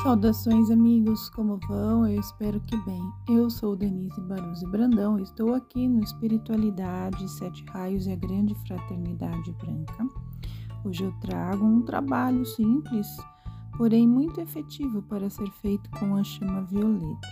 Saudações, amigos, como vão? Eu espero que bem. Eu sou Denise Baruzzi Brandão e estou aqui no Espiritualidade, Sete Raios e a Grande Fraternidade Branca. Hoje eu trago um trabalho simples, porém muito efetivo para ser feito com a chama violeta.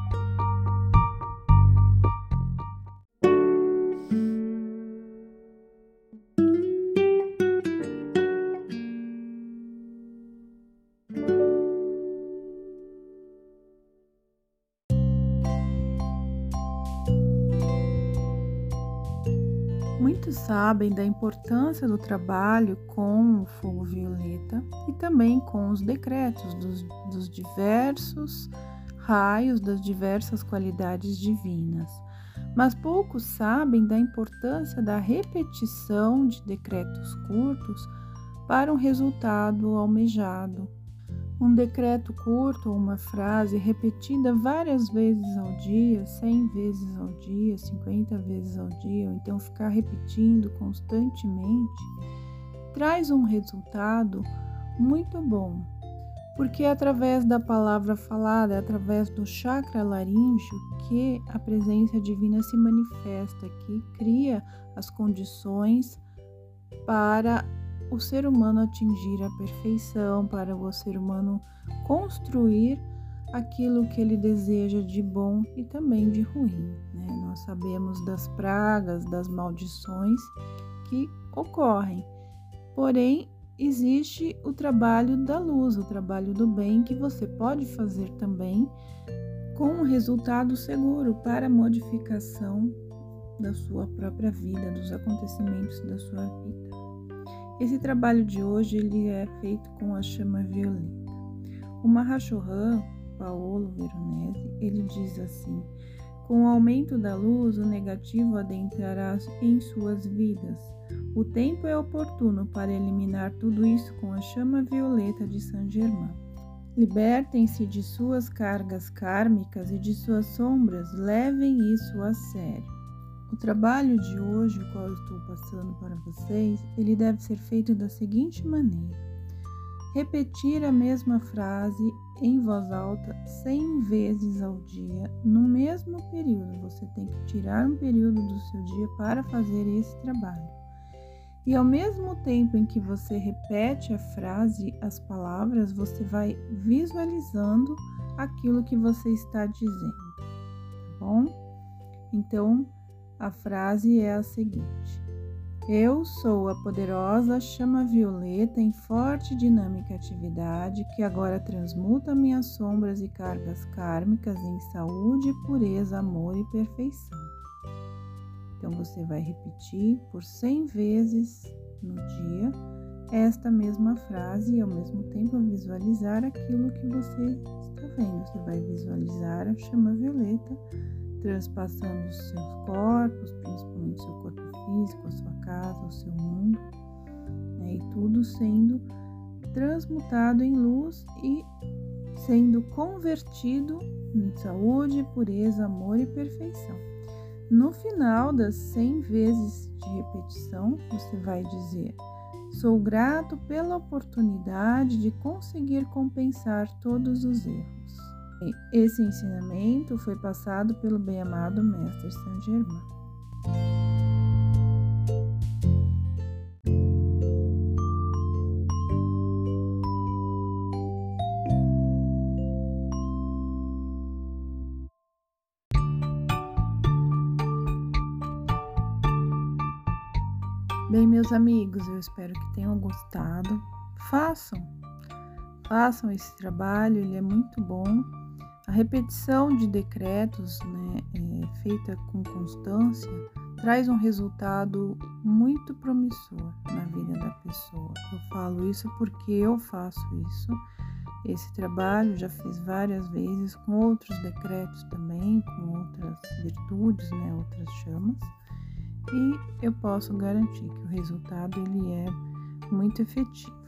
Muitos sabem da importância do trabalho com o fogo violeta e também com os decretos dos diversos raios, das diversas qualidades divinas. Mas poucos sabem da importância da repetição de decretos curtos para um resultado almejado. Um decreto curto ou uma frase repetida várias vezes ao dia, 100 vezes ao dia, 50 vezes ao dia, ou então ficar repetindo constantemente, traz um resultado muito bom, porque é através da palavra falada, é através do chakra laríngeo que a presença divina se manifesta, que cria as condições para o ser humano atingir a perfeição, para o ser humano construir aquilo que ele deseja de bom e também de ruim, né? Nós sabemos das pragas, das maldições que ocorrem, porém existe o trabalho da luz, o trabalho do bem que você pode fazer também com um resultado seguro para a modificação da sua própria vida, dos acontecimentos da sua vida. Esse trabalho de hoje ele é feito com a chama violeta. O Mahashohan, Paolo Veronese, ele diz assim: com o aumento da luz, o negativo adentrará em suas vidas. O tempo é oportuno para eliminar tudo isso com a chama violeta de Saint Germain. Libertem-se de suas cargas kármicas e de suas sombras, levem isso a sério. O trabalho de hoje, o qual eu estou passando para vocês, ele deve ser feito da seguinte maneira: repetir a mesma frase em voz alta 100 vezes ao dia, no mesmo período. Você tem que tirar um período do seu dia para fazer esse trabalho. E ao mesmo tempo em que você repete a frase, as palavras, você vai visualizando aquilo que você está dizendo, tá bom? Então, a frase é a seguinte: eu sou a poderosa chama violeta em forte dinâmica atividade que agora transmuta minhas sombras e cargas kármicas em saúde, pureza, amor e perfeição. Então você vai repetir por 100 vezes no dia esta mesma frase e ao mesmo tempo visualizar aquilo que você está vendo. Você vai visualizar a chama violeta transpassando os seus corpos, principalmente o seu corpo físico, a sua casa, o seu mundo, né? E tudo sendo transmutado em luz e sendo convertido em saúde, pureza, amor e perfeição. No final das 100 vezes de repetição, você vai dizer: sou grato pela oportunidade de conseguir compensar todos os erros. Esse ensinamento foi passado pelo bem-amado Mestre Saint Germain. Bem, meus amigos, eu espero que tenham gostado. Façam esse trabalho, ele é muito bom. A repetição de decretos, feita com constância, traz um resultado muito promissor na vida da pessoa. Eu falo isso porque eu faço isso. Esse trabalho já fiz várias vezes com outros decretos também, com outras virtudes, outras chamas. E eu posso garantir que o resultado ele é muito efetivo.